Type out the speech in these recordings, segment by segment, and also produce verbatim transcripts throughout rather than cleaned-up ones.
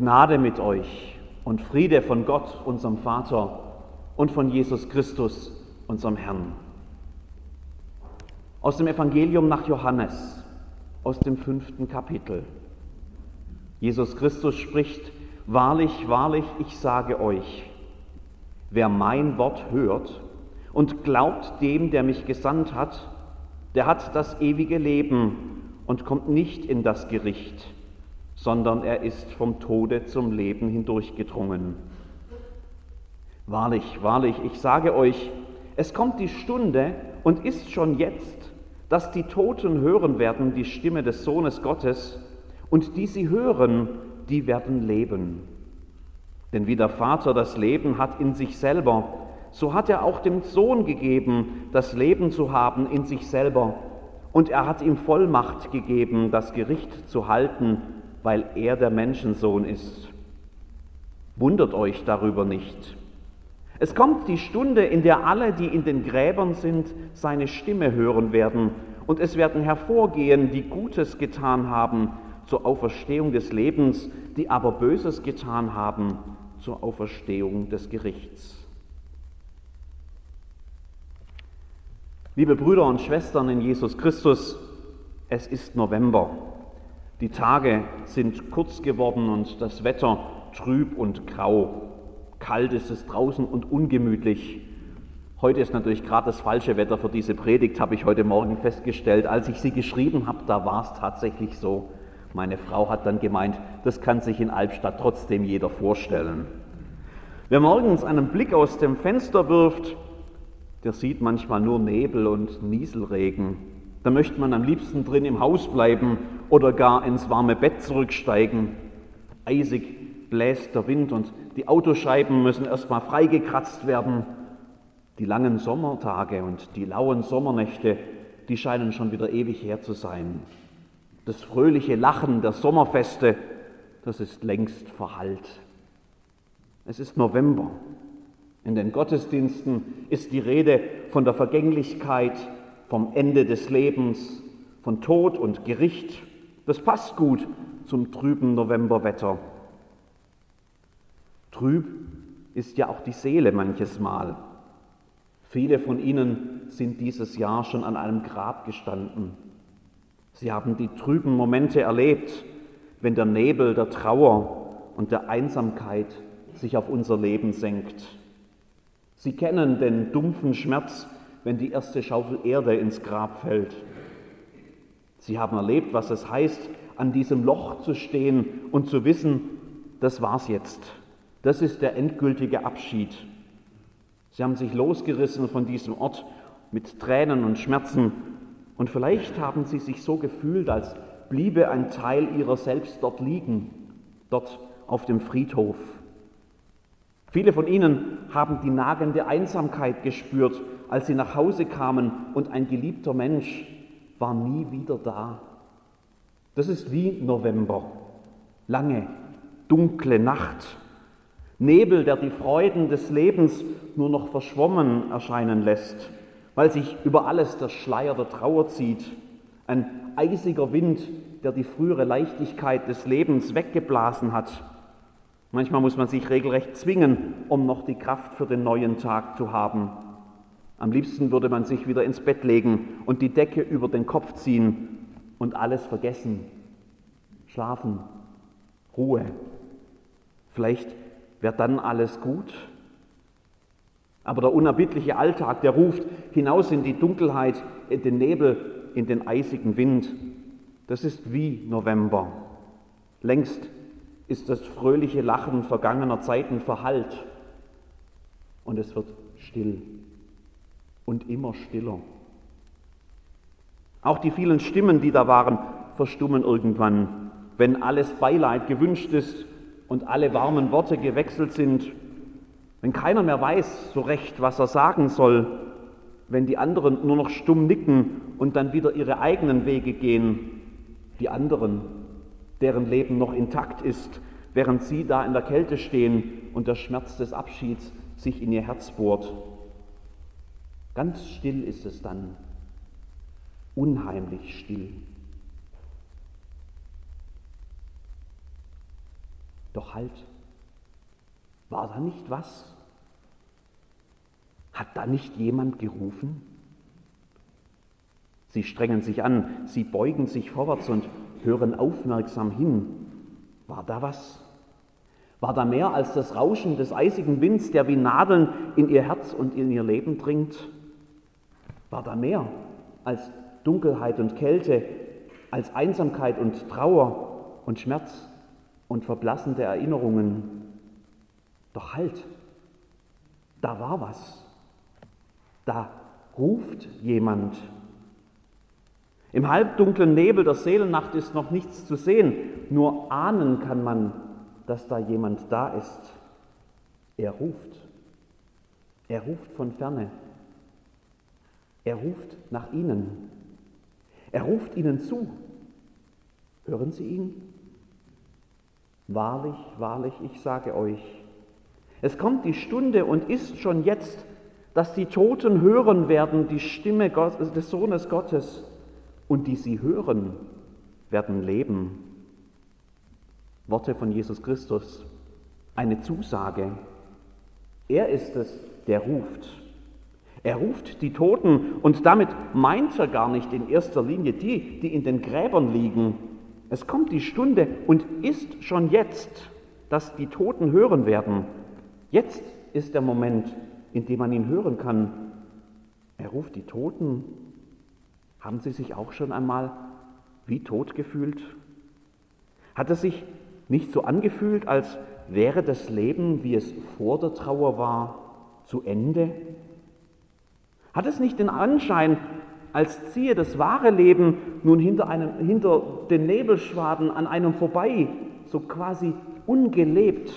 Gnade mit euch und Friede von Gott, unserem Vater, und von Jesus Christus, unserem Herrn. Aus dem Evangelium nach Johannes, aus dem fünften Kapitel. Jesus Christus spricht: Wahrlich, wahrlich, ich sage euch, wer mein Wort hört und glaubt dem, der mich gesandt hat, der hat das ewige Leben und kommt nicht in das Gericht, sondern er ist vom Tode zum Leben hindurchgedrungen. Wahrlich, wahrlich, ich sage euch, es kommt die Stunde und ist schon jetzt, dass die Toten hören werden die Stimme des Sohnes Gottes, und die sie hören, die werden leben. Denn wie der Vater das Leben hat in sich selber, so hat er auch dem Sohn gegeben, das Leben zu haben in sich selber. Und er hat ihm Vollmacht gegeben, das Gericht zu halten, weil er der Menschensohn ist. Wundert euch darüber nicht. Es kommt die Stunde, in der alle, die in den Gräbern sind, seine Stimme hören werden. Und es werden hervorgehen, die Gutes getan haben, zur Auferstehung des Lebens, die aber Böses getan haben, zur Auferstehung des Gerichts. Liebe Brüder und Schwestern in Jesus Christus, es ist November. Die Tage sind kurz geworden und das Wetter trüb und grau. Kalt ist es draußen und ungemütlich. Heute ist natürlich gerade das falsche Wetter für diese Predigt, habe ich heute Morgen festgestellt. Als ich sie geschrieben habe, da war es tatsächlich so. Meine Frau hat dann gemeint, das kann sich in Albstadt trotzdem jeder vorstellen. Wer morgens einen Blick aus dem Fenster wirft, der sieht manchmal nur Nebel und Nieselregen. Da möchte man am liebsten drin im Haus bleiben oder gar ins warme Bett zurücksteigen. Eisig bläst der Wind und die Autoscheiben müssen erstmal freigekratzt werden. Die langen Sommertage und die lauen Sommernächte, die scheinen schon wieder ewig her zu sein. Das fröhliche Lachen der Sommerfeste, das ist längst verhallt. Es ist November. In den Gottesdiensten ist die Rede von der Vergänglichkeit, vom Ende des Lebens, von Tod und Gericht. Das passt gut zum trüben Novemberwetter. Trüb ist ja auch die Seele manches Mal. Viele von Ihnen sind dieses Jahr schon an einem Grab gestanden. Sie haben die trüben Momente erlebt, wenn der Nebel der Trauer und der Einsamkeit sich auf unser Leben senkt. Sie kennen den dumpfen Schmerz, wenn die erste Schaufel Erde ins Grab fällt. Sie haben erlebt, was es heißt, an diesem Loch zu stehen und zu wissen, das war's jetzt. Das ist der endgültige Abschied. Sie haben sich losgerissen von diesem Ort mit Tränen und Schmerzen. Und vielleicht haben sie sich so gefühlt, als bliebe ein Teil ihrer selbst dort liegen, dort auf dem Friedhof. Viele von ihnen haben die nagende Einsamkeit gespürt, als sie nach Hause kamen und ein geliebter Mensch war nie wieder da. Das ist wie November. Lange, dunkle Nacht. Nebel, der die Freuden des Lebens nur noch verschwommen erscheinen lässt, weil sich über alles der Schleier der Trauer zieht. Ein eisiger Wind, der die frühere Leichtigkeit des Lebens weggeblasen hat. Manchmal muss man sich regelrecht zwingen, um noch die Kraft für den neuen Tag zu haben. Am liebsten würde man sich wieder ins Bett legen und die Decke über den Kopf ziehen und alles vergessen. Schlafen, Ruhe. Vielleicht wäre dann alles gut. Aber der unerbittliche Alltag, der ruft hinaus in die Dunkelheit, in den Nebel, in den eisigen Wind. Das ist wie November. Längst ist das fröhliche Lachen vergangener Zeiten verhallt und es wird still und immer stiller. Auch die vielen Stimmen, die da waren, verstummen irgendwann, wenn alles Beileid gewünscht ist und alle warmen Worte gewechselt sind, wenn keiner mehr weiß so recht, was er sagen soll, wenn die anderen nur noch stumm nicken und dann wieder ihre eigenen Wege gehen, die anderen, deren Leben noch intakt ist, während sie da in der Kälte stehen und der Schmerz des Abschieds sich in ihr Herz bohrt. Ganz still ist es dann, unheimlich still. Doch halt, war da nicht was? Hat da nicht jemand gerufen? Sie strengen sich an, sie beugen sich vorwärts und hören aufmerksam hin. War da was? War da mehr als das Rauschen des eisigen Winds, der wie Nadeln in ihr Herz und in ihr Leben dringt? War da mehr als Dunkelheit und Kälte, als Einsamkeit und Trauer und Schmerz und verblassende Erinnerungen? Doch halt, da war was. Da ruft jemand. Im halbdunklen Nebel der Seelennacht ist noch nichts zu sehen, nur ahnen kann man, dass da jemand da ist. Er ruft. Er ruft von ferne. Er ruft nach ihnen. Er ruft ihnen zu. Hören Sie ihn? Wahrlich, wahrlich, ich sage euch, es kommt die Stunde und ist schon jetzt, dass die Toten hören werden die Stimme des Sohnes Gottes, und die sie hören, werden leben. Worte von Jesus Christus, eine Zusage. Er ist es, der ruft. Er ruft die Toten und damit meint er gar nicht in erster Linie die, die in den Gräbern liegen. Es kommt die Stunde und ist schon jetzt, dass die Toten hören werden. Jetzt ist der Moment, in dem man ihn hören kann. Er ruft die Toten. Haben Sie sich auch schon einmal wie tot gefühlt? Hat es sich nicht so angefühlt, als wäre das Leben, wie es vor der Trauer war, zu Ende? Hat es nicht den Anschein, als ziehe das wahre Leben nun hinter, einem, hinter den Nebelschwaden an einem vorbei, so quasi ungelebt?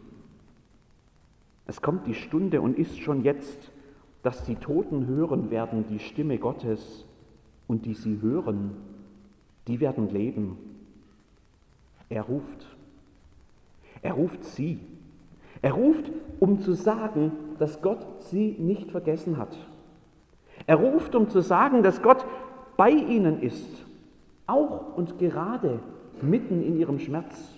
Es kommt die Stunde und ist schon jetzt, dass die Toten hören werden die Stimme Gottes, und die sie hören, die werden leben. Er ruft. Er ruft sie. Er ruft, um zu sagen, dass Gott sie nicht vergessen hat. Er ruft, um zu sagen, dass Gott bei ihnen ist, auch und gerade mitten in ihrem Schmerz.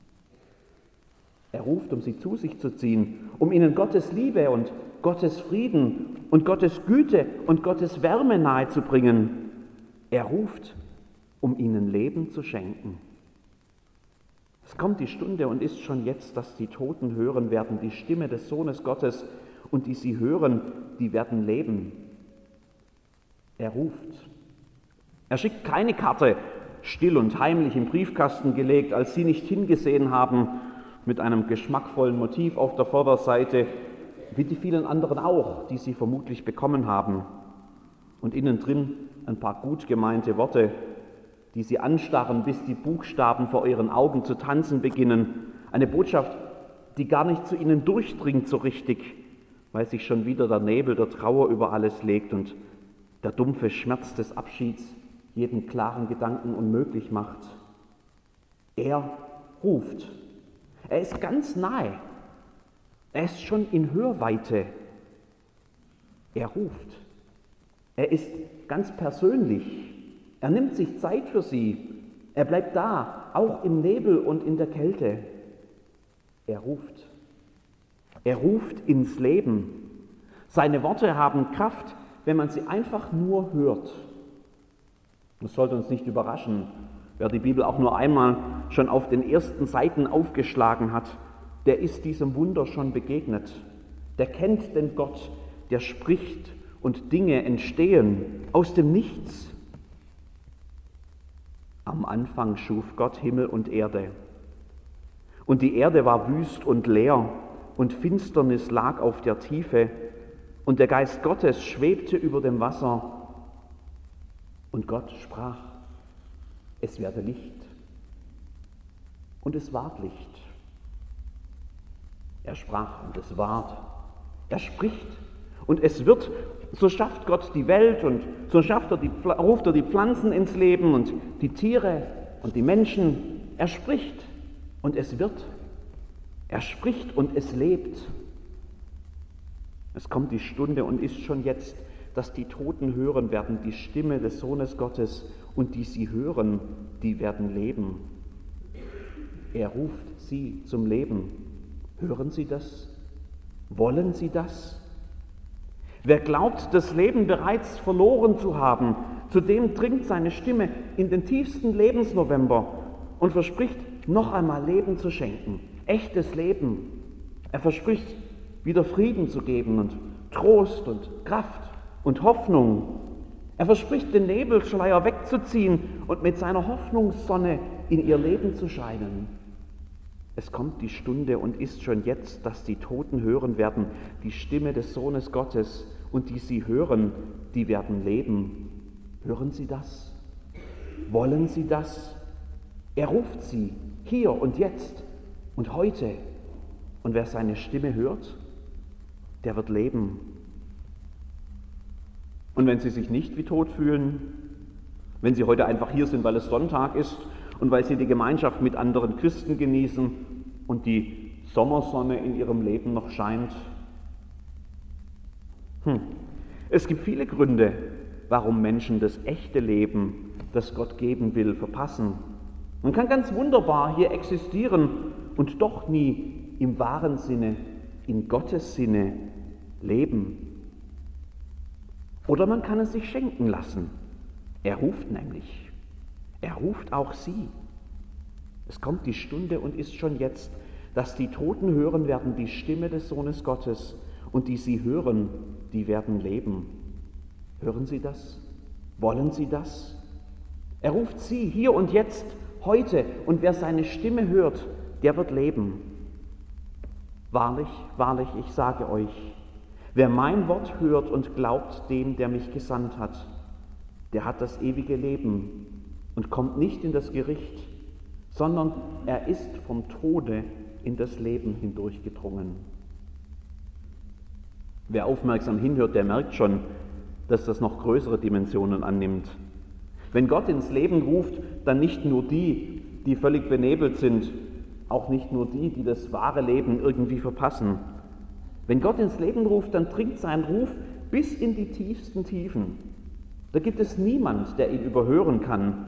Er ruft, um sie zu sich zu ziehen, um ihnen Gottes Liebe und Gottes Frieden und Gottes Güte und Gottes Wärme nahezubringen. Er ruft, um ihnen Leben zu schenken. Es kommt die Stunde und ist schon jetzt, dass die Toten hören werden die Stimme des Sohnes Gottes, und die sie hören, die werden leben. Er ruft. Er schickt keine Karte, still und heimlich im Briefkasten gelegt, als sie nicht hingesehen haben, mit einem geschmackvollen Motiv auf der Vorderseite, wie die vielen anderen auch, die sie vermutlich bekommen haben. Und innen drin ein paar gut gemeinte Worte, die sie anstarren, bis die Buchstaben vor ihren Augen zu tanzen beginnen. Eine Botschaft, die gar nicht zu ihnen durchdringt so richtig, weil sich schon wieder der Nebel der Trauer über alles legt und der dumpfe Schmerz des Abschieds jeden klaren Gedanken unmöglich macht. Er ruft. Er ist ganz nahe. Er ist schon in Hörweite. Er ruft. Er ist ganz persönlich. Er nimmt sich Zeit für sie. Er bleibt da, auch im Nebel und in der Kälte. Er ruft. Er ruft ins Leben. Seine Worte haben Kraft, wenn man sie einfach nur hört. Das sollte uns nicht überraschen. Wer die Bibel auch nur einmal schon auf den ersten Seiten aufgeschlagen hat, der ist diesem Wunder schon begegnet. Der kennt den Gott, der spricht und Dinge entstehen aus dem Nichts. Am Anfang schuf Gott Himmel und Erde. Und die Erde war wüst und leer, und Finsternis lag auf der Tiefe, und der Geist Gottes schwebte über dem Wasser. Und Gott sprach, es werde Licht. Und es ward Licht. Er sprach und es ward. Er spricht und es wird. So schafft Gott die Welt und so schafft er die, ruft er die Pflanzen ins Leben und die Tiere und die Menschen. Er spricht und es wird. Er spricht und es lebt. Es kommt die Stunde und ist schon jetzt, dass die Toten hören werden die Stimme des Sohnes Gottes, und die sie hören, die werden leben. Er ruft sie zum Leben. Hören Sie das? Wollen Sie das? Wer glaubt, das Leben bereits verloren zu haben, zu dem dringt seine Stimme in den tiefsten Lebensnovember und verspricht, noch einmal Leben zu schenken, echtes Leben. Er verspricht, wieder Frieden zu geben und Trost und Kraft und Hoffnung. Er verspricht, den Nebelschleier wegzuziehen und mit seiner Hoffnungssonne in ihr Leben zu scheinen. Es kommt die Stunde und ist schon jetzt, dass die Toten hören werden, die Stimme des Sohnes Gottes, und die sie hören, die werden leben. Hören Sie das? Wollen Sie das? Er ruft sie hier und jetzt und heute. Und wer seine Stimme hört, der wird leben. Und wenn Sie sich nicht wie tot fühlen, wenn Sie heute einfach hier sind, weil es Sonntag ist und weil Sie die Gemeinschaft mit anderen Christen genießen und die Sommersonne in Ihrem Leben noch scheint, hm. Es gibt viele Gründe, warum Menschen das echte Leben, das Gott geben will, verpassen. Man kann ganz wunderbar hier existieren und doch nie im wahren Sinne, in Gottes Sinne leben. Oder man kann es sich schenken lassen. Er ruft nämlich. Er ruft auch sie. Es kommt die Stunde und ist schon jetzt, dass die Toten hören werden die Stimme des Sohnes Gottes, und die sie hören, die werden leben. Hören Sie das? Wollen Sie das? Er ruft sie hier und jetzt, heute, und wer seine Stimme hört, der wird leben. Wahrlich, wahrlich, ich sage euch, wer mein Wort hört und glaubt dem, der mich gesandt hat, der hat das ewige Leben und kommt nicht in das Gericht, sondern er ist vom Tode in das Leben hindurchgedrungen. Wer aufmerksam hinhört, der merkt schon, dass das noch größere Dimensionen annimmt. Wenn Gott ins Leben ruft, dann nicht nur die, die völlig benebelt sind, auch nicht nur die, die das wahre Leben irgendwie verpassen. Wenn Gott ins Leben ruft, dann dringt sein Ruf bis in die tiefsten Tiefen. Da gibt es niemand, der ihn überhören kann.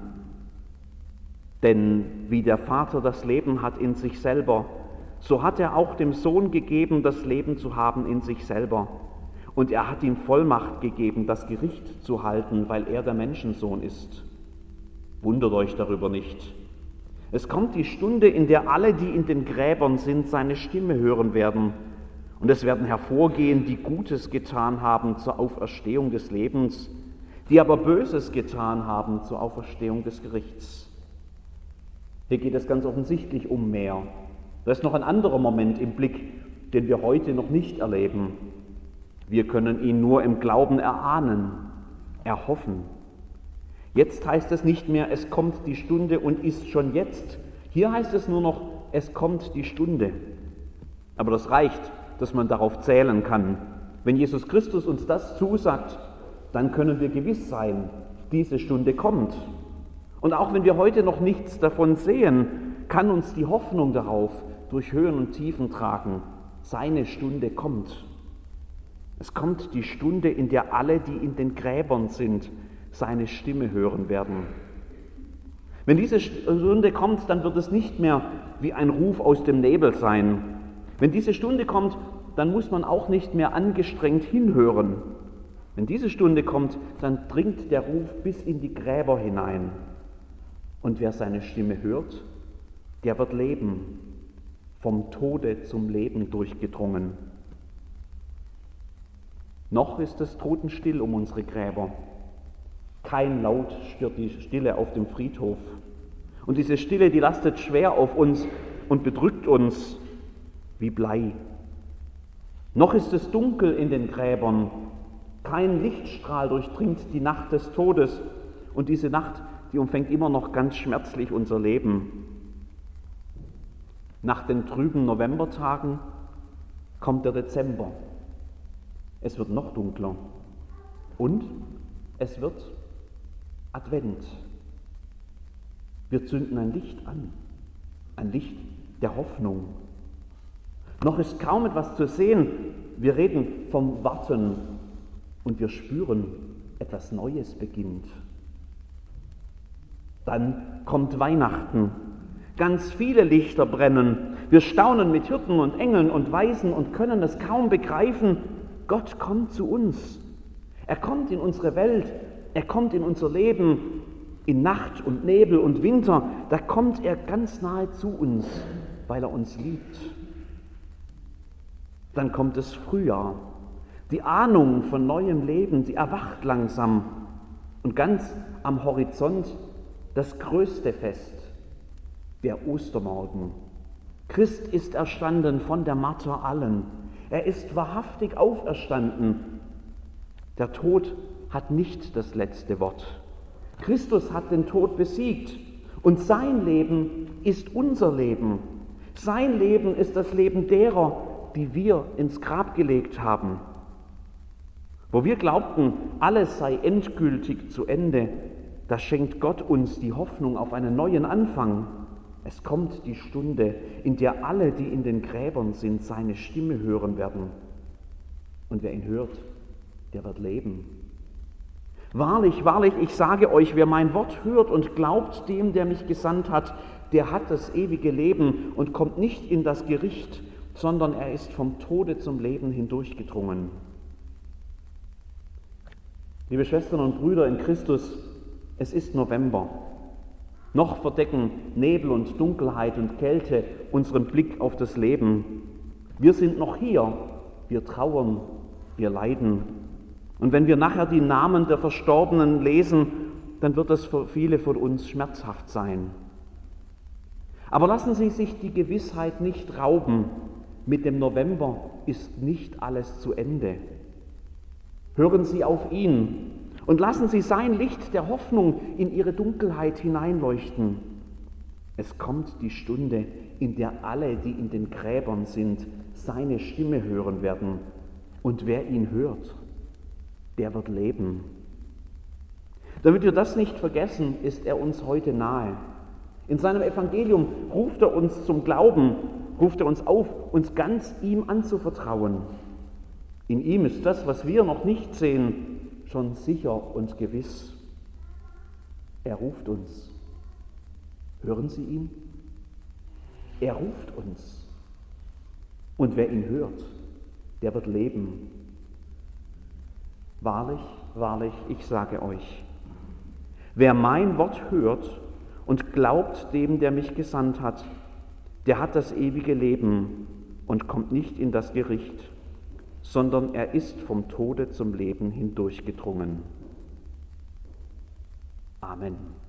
Denn wie der Vater das Leben hat in sich selber, so hat er auch dem Sohn gegeben, das Leben zu haben in sich selber. Und er hat ihm Vollmacht gegeben, das Gericht zu halten, weil er der Menschensohn ist. Wundert euch darüber nicht. Es kommt die Stunde, in der alle, die in den Gräbern sind, seine Stimme hören werden. Und es werden hervorgehen, die Gutes getan haben zur Auferstehung des Lebens, die aber Böses getan haben zur Auferstehung des Gerichts. Hier geht es ganz offensichtlich um mehr. Da ist noch ein anderer Moment im Blick, den wir heute noch nicht erleben. Wir können ihn nur im Glauben erahnen, erhoffen. Jetzt heißt es nicht mehr, es kommt die Stunde und ist schon jetzt. Hier heißt es nur noch, es kommt die Stunde. Aber das reicht, dass man darauf zählen kann. Wenn Jesus Christus uns das zusagt, dann können wir gewiss sein, diese Stunde kommt. Und auch wenn wir heute noch nichts davon sehen, kann uns die Hoffnung darauf durch Höhen und Tiefen tragen. Seine Stunde kommt. Es kommt die Stunde, in der alle, die in den Gräbern sind, seine Stimme hören werden. Wenn diese Stunde kommt, dann wird es nicht mehr wie ein Ruf aus dem Nebel sein. Wenn diese Stunde kommt, dann muss man auch nicht mehr angestrengt hinhören. Wenn diese Stunde kommt, dann dringt der Ruf bis in die Gräber hinein. Und wer seine Stimme hört, der wird leben, vom Tode zum Leben durchgedrungen. Noch ist es totenstill um unsere Gräber. Kein Laut stört die Stille auf dem Friedhof. Und diese Stille, die lastet schwer auf uns und bedrückt uns wie Blei. Noch ist es dunkel in den Gräbern. Kein Lichtstrahl durchdringt die Nacht des Todes. Und diese Nacht, die umfängt immer noch ganz schmerzlich unser Leben. Nach den trüben Novembertagen kommt der Dezember. Es wird noch dunkler und es wird Advent. Wir zünden ein Licht an, ein Licht der Hoffnung. Noch ist kaum etwas zu sehen. Wir reden vom Warten und wir spüren, etwas Neues beginnt. Dann kommt Weihnachten. Ganz viele Lichter brennen. Wir staunen mit Hirten und Engeln und Weisen und können es kaum begreifen. Gott kommt zu uns. Er kommt in unsere Welt. Er kommt in unser Leben. In Nacht und Nebel und Winter, da kommt er ganz nahe zu uns, weil er uns liebt. Dann kommt das Frühjahr. Die Ahnung von neuem Leben, die erwacht langsam. Und ganz am Horizont das größte Fest, der Ostermorgen. Christ ist erstanden von der Marter allen. Er ist wahrhaftig auferstanden. Der Tod hat nicht das letzte Wort. Christus hat den Tod besiegt und sein Leben ist unser Leben. Sein Leben ist das Leben derer, die wir ins Grab gelegt haben. Wo wir glaubten, alles sei endgültig zu Ende, da schenkt Gott uns die Hoffnung auf einen neuen Anfang. Es kommt die Stunde, in der alle, die in den Gräbern sind, seine Stimme hören werden. Und wer ihn hört, der wird leben. Wahrlich, wahrlich, ich sage euch, wer mein Wort hört und glaubt dem, der mich gesandt hat, der hat das ewige Leben und kommt nicht in das Gericht, sondern er ist vom Tode zum Leben hindurchgedrungen. Liebe Schwestern und Brüder in Christus, es ist November. Noch verdecken Nebel und Dunkelheit und Kälte unseren Blick auf das Leben. Wir sind noch hier, wir trauern, wir leiden. Und wenn wir nachher die Namen der Verstorbenen lesen, dann wird das für viele von uns schmerzhaft sein. Aber lassen Sie sich die Gewissheit nicht rauben, mit dem November ist nicht alles zu Ende. Hören Sie auf ihn und lassen Sie sein Licht der Hoffnung in Ihre Dunkelheit hineinleuchten. Es kommt die Stunde, in der alle, die in den Gräbern sind, seine Stimme hören werden. Und wer ihn hört, der wird leben. Damit wir das nicht vergessen, ist er uns heute nahe. In seinem Evangelium ruft er uns zum Glauben, ruft er uns auf, uns ganz ihm anzuvertrauen. In ihm ist das, was wir noch nicht sehen, schon sicher und gewiss. Er ruft uns. Hören Sie ihn? Er ruft uns. Und wer ihn hört, der wird leben. Wahrlich, wahrlich, ich sage euch, wer mein Wort hört und glaubt dem, der mich gesandt hat, der hat das ewige Leben und kommt nicht in das Gericht, sondern er ist vom Tode zum Leben hindurchgedrungen. Amen.